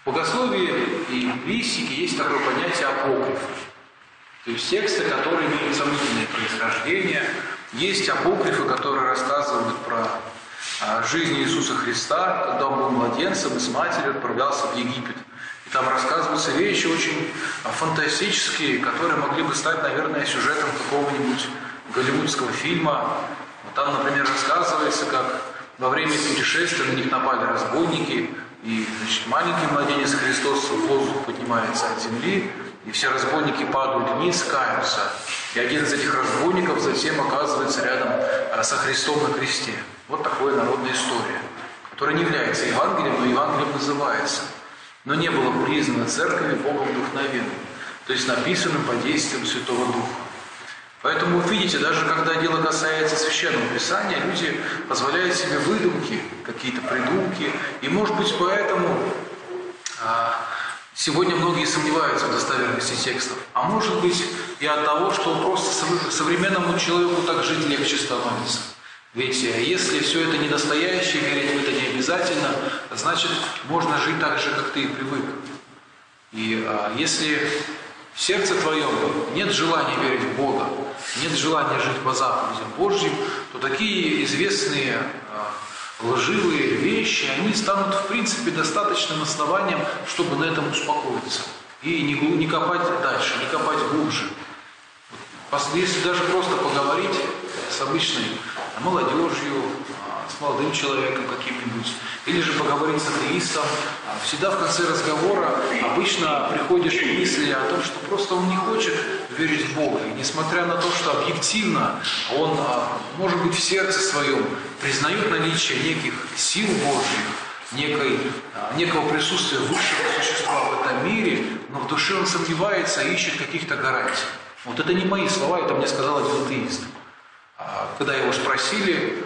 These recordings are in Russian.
В богословии и библистике есть такое понятие апокрифа. То есть тексты, которые имеют сомнительное происхождение. Есть апокрифы, которые рассказывают про жизнь Иисуса Христа, когда он был младенцем и с матерью отправлялся в Египет. И там рассказываются вещи очень фантастические, которые могли бы стать, наверное, сюжетом какого-нибудь голливудского фильма. Там, например, рассказывается, как во время путешествия на них напали разбойники, и, значит, маленький младенец Христос в воздух поднимается от земли, и все разбойники падают вниз, каются. И один из этих разбойников затем оказывается рядом со Христом на кресте. Вот такая народная история, которая не является Евангелием, но Евангелием называется. Но не было признано церковью Богом вдохновенным, то есть написанным под действием Святого Духа. Поэтому вы видите, даже когда дело касается Священного Писания, люди позволяют себе выдумки, какие-то придумки. И, может быть, поэтому сегодня многие сомневаются в достоверности текстов. А может быть, и от того, что просто современному человеку так жить легче становится. Ведь если все это не настоящее, верить в это не обязательно, значит, можно жить так же, как ты и привык. И если в сердце твоем нет желания верить в Бога, нет желания жить по заповедям Божьим, то такие известные лживые вещи, они станут, в принципе, достаточным основанием, чтобы на этом успокоиться. И не копать дальше, не копать глубже. Если даже просто поговорить с обычной молодежью, с молодым человеком каким-нибудь, или же поговорить с атеистом, всегда в конце разговора обычно приходишь к мысли о том, что просто он не хочет верить в Бога. И несмотря на то, что объективно он, может быть, в сердце своем признает наличие неких сил Божьих, некого присутствия высшего существа в этом мире, но в душе он сомневается и ищет каких-то гарантий. Вот это не мои слова, это мне сказал один атеист. Когда его спросили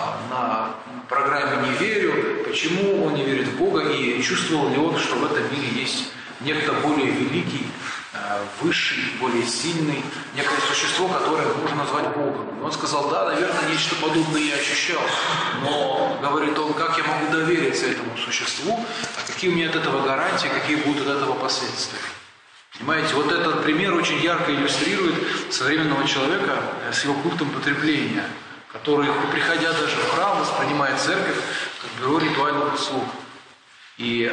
на программе «Не верю», почему он не верит в Бога и чувствовал ли он, что в этом мире есть некто более великий, высший, более сильный, некое существо, которое можно назвать Богом. И он сказал: да, наверное, нечто подобное я ощущал, но, говорит он, как я могу довериться этому существу, а какие у меня от этого гарантии, какие будут от этого последствия. Понимаете, вот этот пример очень ярко иллюстрирует современного человека с его культом потребления, который, приходя даже в храм, воспринимает церковь как бюро ритуальных услуг и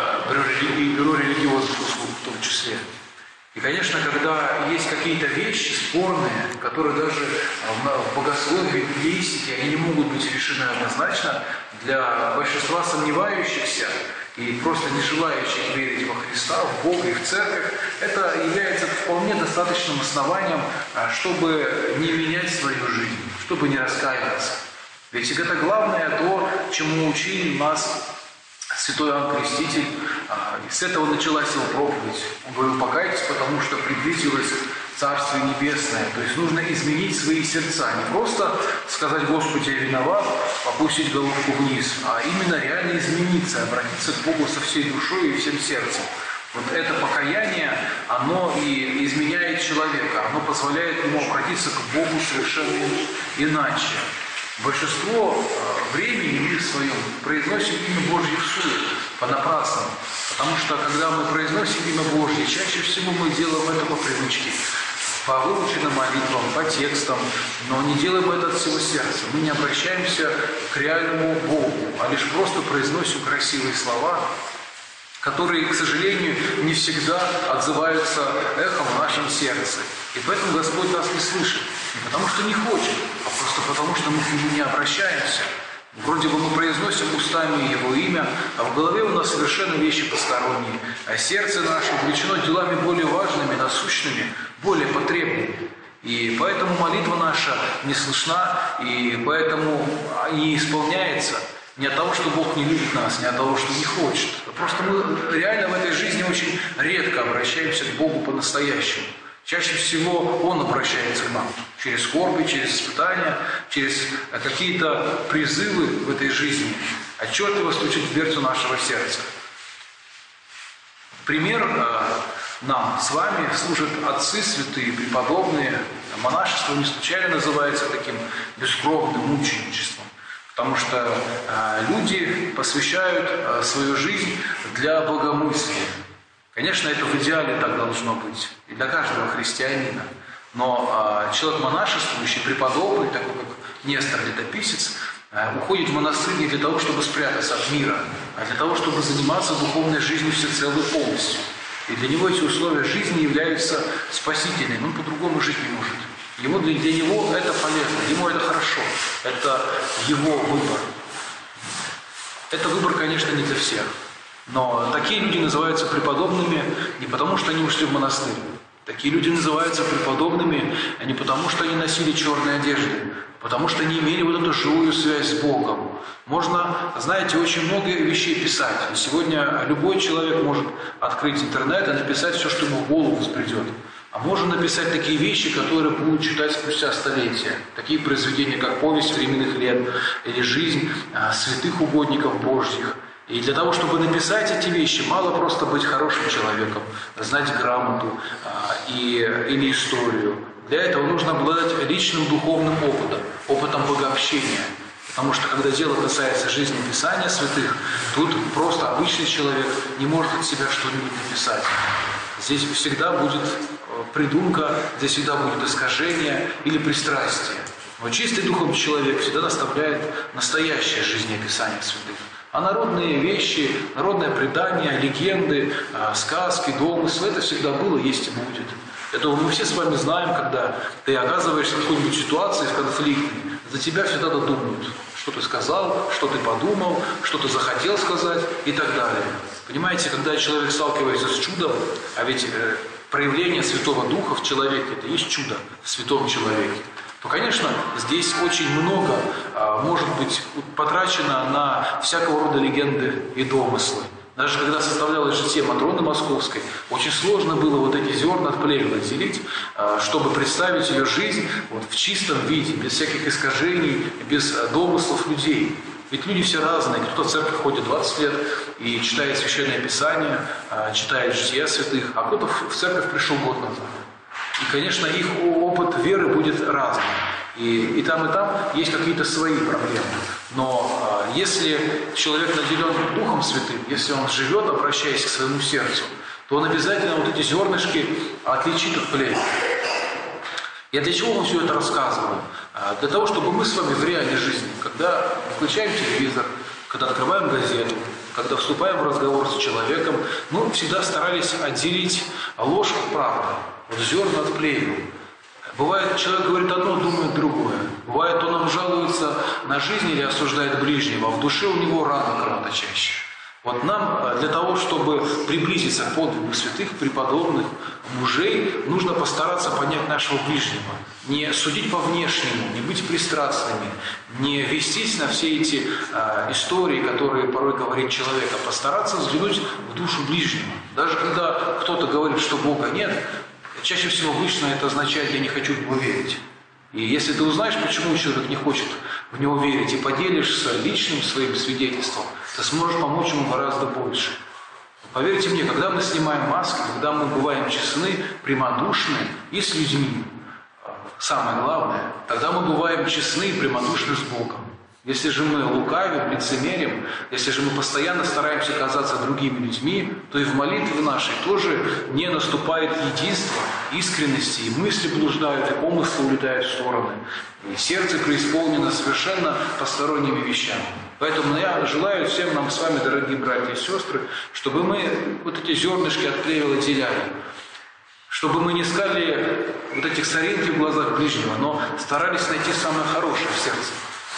бюро религиозных услуг в том числе. И, конечно, когда есть какие-то вещи спорные, которые даже в богословии, в библистике, они не могут быть решены однозначно, для большинства сомневающихся и просто не желающих верить во Христа, в Бога и в Церковь, это является вполне достаточным основанием, чтобы не менять свою жизнь, чтобы не раскаиваться. Ведь это главное то, чему учил нас святой Иоанн Креститель. И с этого началась его проповедь. Он говорил: покайтесь, потому что приблизилось Царствие Небесное. То есть нужно изменить свои сердца. Не просто сказать: Господи, я виноват, опустить головку вниз, а именно реально измениться, обратиться к Богу со всей душой и всем сердцем. Вот это покаяние, оно и изменяет человека, оно позволяет ему обратиться к Богу совершенно иначе. Большинство времени мы в своем произносим имя Божье всуе, понапрасну. Потому что, когда мы произносим имя Божье, чаще всего мы делаем это по привычке, по выученным молитвам, по текстам, но не делаем это от всего сердца. Мы не обращаемся к реальному Богу, а лишь просто произносим красивые слова, которые, к сожалению, не всегда отзываются эхом в нашем сердце. И поэтому Господь нас не слышит. Не потому что не хочет, а просто потому что мы к Нему не обращаемся. Вроде бы мы произносим устами Его имя, а в голове у нас совершенно вещи посторонние. А сердце наше увлечено делами более важными, насущными, более потребными. И поэтому молитва наша не слышна, и поэтому не исполняется. Не от того, что Бог не любит нас, не от того, что не хочет. Просто мы реально в этой жизни очень редко обращаемся к Богу по-настоящему. Чаще всего Он обращается к нам через скорби, через испытания, через какие-то призывы в этой жизни. Отчетливо стучит в дверцу нашего сердца. Пример нам с вами служат отцы святые, преподобные. Монашество не случайно называется таким бескровным мученичеством. Потому что люди посвящают свою жизнь для богомыслия. Конечно, это в идеале так должно быть и для каждого христианина. Но человек монашествующий, преподобный, такой как Нестор Летописец, уходит в монастырь не для того, чтобы спрятаться от мира, а для того, чтобы заниматься духовной жизнью всецело и полностью. И для него эти условия жизни являются спасительными. Он по-другому жить не может. Для него это полезно, ему это хорошо. Это его выбор. Это выбор, конечно, не для всех. Но такие люди называются преподобными не потому, что они ушли в монастырь. Такие люди называются преподобными не потому, что они носили черные одежды, а потому что они имели вот эту живую связь с Богом. Можно, знаете, очень много вещей писать. И сегодня любой человек может открыть интернет и написать все, что ему в голову взбредет. А можно написать такие вещи, которые будут читать спустя столетия. Такие произведения, как «Повесть временных лет» или «Жизнь святых угодников Божьих». И для того, чтобы написать эти вещи, мало просто быть хорошим человеком, знать грамоту или историю. Для этого нужно обладать личным духовным опытом богообщения. Потому что, когда дело касается жизни Писания святых, тут просто обычный человек не может от себя что-нибудь написать. Здесь всегда будет придумка, здесь всегда будет искажение или пристрастие. Но чистый духом человек всегда наставляет настоящее жизнеописание святых. А народные вещи, народное предание, легенды, сказки, домыслы, это всегда было, есть и будет. Это мы все с вами знаем, когда ты оказываешься в какой-нибудь ситуации конфликтной, за тебя всегда додумают, что ты сказал, что ты подумал, что ты захотел сказать и так далее. Понимаете, когда человек сталкивается с чудом, а ведь проявление Святого Духа в человеке – это есть чудо в святом человеке, то, конечно, здесь очень много может быть потрачено на всякого рода легенды и домыслы. Даже когда составлялось житие Матроны Московской, очень сложно было вот эти зерна от плевел отделить, чтобы представить ее жизнь вот в чистом виде, без всяких искажений, без домыслов людей. Ведь люди все разные. Кто-то в церковь ходит 20 лет и читает Священное Писание, читает жития святых, а кто-то в церковь пришел год назад. И, конечно, их опыт веры будет разным. И там есть какие-то свои проблемы. Но если человек наделен Духом Святым, если он живет, обращаясь к своему сердцу, то он обязательно вот эти зернышки отличит от плевел. Я для чего вам все это рассказываю? Для того, чтобы мы с вами в реальной жизни, когда включаем телевизор, когда открываем газету, когда вступаем в разговор с человеком, мы всегда старались отделить ложь от правды, вот зерна от плевел. Бывает, человек говорит одно, думает другое. Бывает, он нам жалуется на жизнь или осуждает ближнего, а в душе у него рана кровоточащая. Вот нам для того, чтобы приблизиться к подвигу святых, преподобных, мужей, нужно постараться понять нашего ближнего. Не судить по внешнему, не быть пристрастными, не вестись на все эти истории, которые порой говорит человек, а постараться взглянуть в душу ближнего. Даже когда кто-то говорит, что Бога нет, чаще всего обычно это означает «я не хочу в Него верить». И если ты узнаешь, почему человек не хочет в Него верить, и поделишься личным своим свидетельством, ты сможешь помочь ему гораздо больше. Поверьте мне, когда мы снимаем маски, когда мы бываем честны, прямодушны и с людьми, самое главное, тогда мы бываем честны и прямодушны с Богом. Если же мы лукавим, лицемерим, если же мы постоянно стараемся казаться другими людьми, то и в молитве нашей тоже не наступает единство, искренности, и мысли блуждают, и помыслы улетают в стороны, и сердце преисполнено совершенно посторонними вещами. Поэтому я желаю всем нам с вами, дорогие братья и сестры, чтобы мы вот эти зернышки от плевел отделяли, чтобы мы не искали вот этих соринки в глазах ближнего, но старались найти самое хорошее в сердце.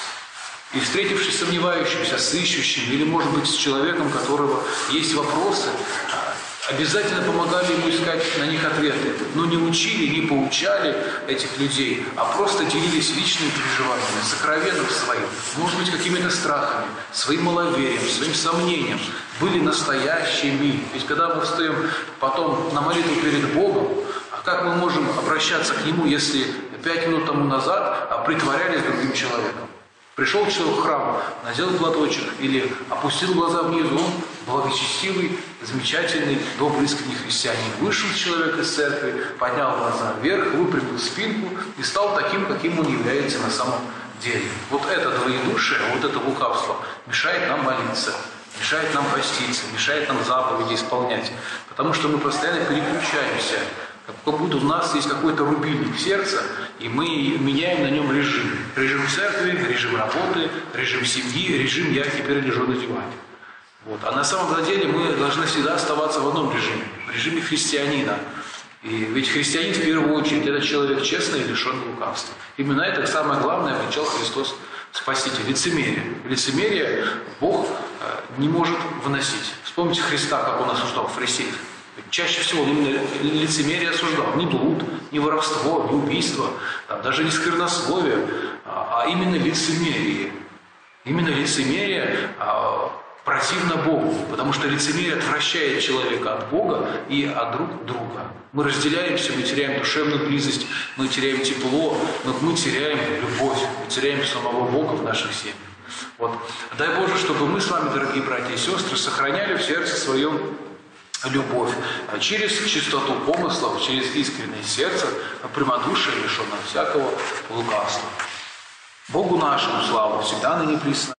И встретившись с сомневающимся, с ищущим, или, может быть, с человеком, у которого есть вопросы, обязательно помогали ему искать на них ответы. Но не учили, не поучали этих людей, а просто делились личными переживаниями, сокровенным своим, может быть, какими-то страхами, своим маловерием, своим сомнением. Были настоящими. Ведь когда мы встаем потом на молитву перед Богом, как мы можем обращаться к Нему, если 5 минут тому назад притворялись другим человеком? Пришел человек в храм, надел платочек или опустил глаза внизу, он благочестивый, замечательный, добрый, искренний христианин. Вышел человек из церкви, поднял глаза вверх, выпрямил спинку и стал таким, каким он является на самом деле. Вот это двоедушие, вот это лукавство мешает нам молиться, мешает нам поститься, мешает нам заповеди исполнять. Потому что мы постоянно переключаемся. Как будто у нас есть какой-то рубильник в сердце, и мы меняем на нем режим. Режим церкви, режим работы, режим семьи, режим «я теперь лежу на диване». Вот. А на самом деле мы должны всегда оставаться в одном режиме, в режиме христианина. И ведь христианин в первую очередь это человек честный и лишенный лукавства. Именно это самое главное кричал Христос Спаситель. Лицемерие. Лицемерие Бог не может выносить. Вспомните Христа, как Он осуждал фарисеев. Чаще всего он именно лицемерие осуждал. Не блуд, не воровство, не убийство, даже не сквернословие, а именно лицемерие. Именно лицемерие противно Богу, потому что лицемерие отвращает человека от Бога и от друг друга. Мы разделяемся, мы теряем душевную близость, мы теряем тепло, мы теряем любовь, мы теряем самого Бога в наших семьях. Вот. Дай Боже, чтобы мы с вами, дорогие братья и сестры, сохраняли в сердце своем любовь через чистоту помыслов, через искреннее сердце, прямодушие, лишенное всякого лукавства. Богу нашему славу всегда ныне присно.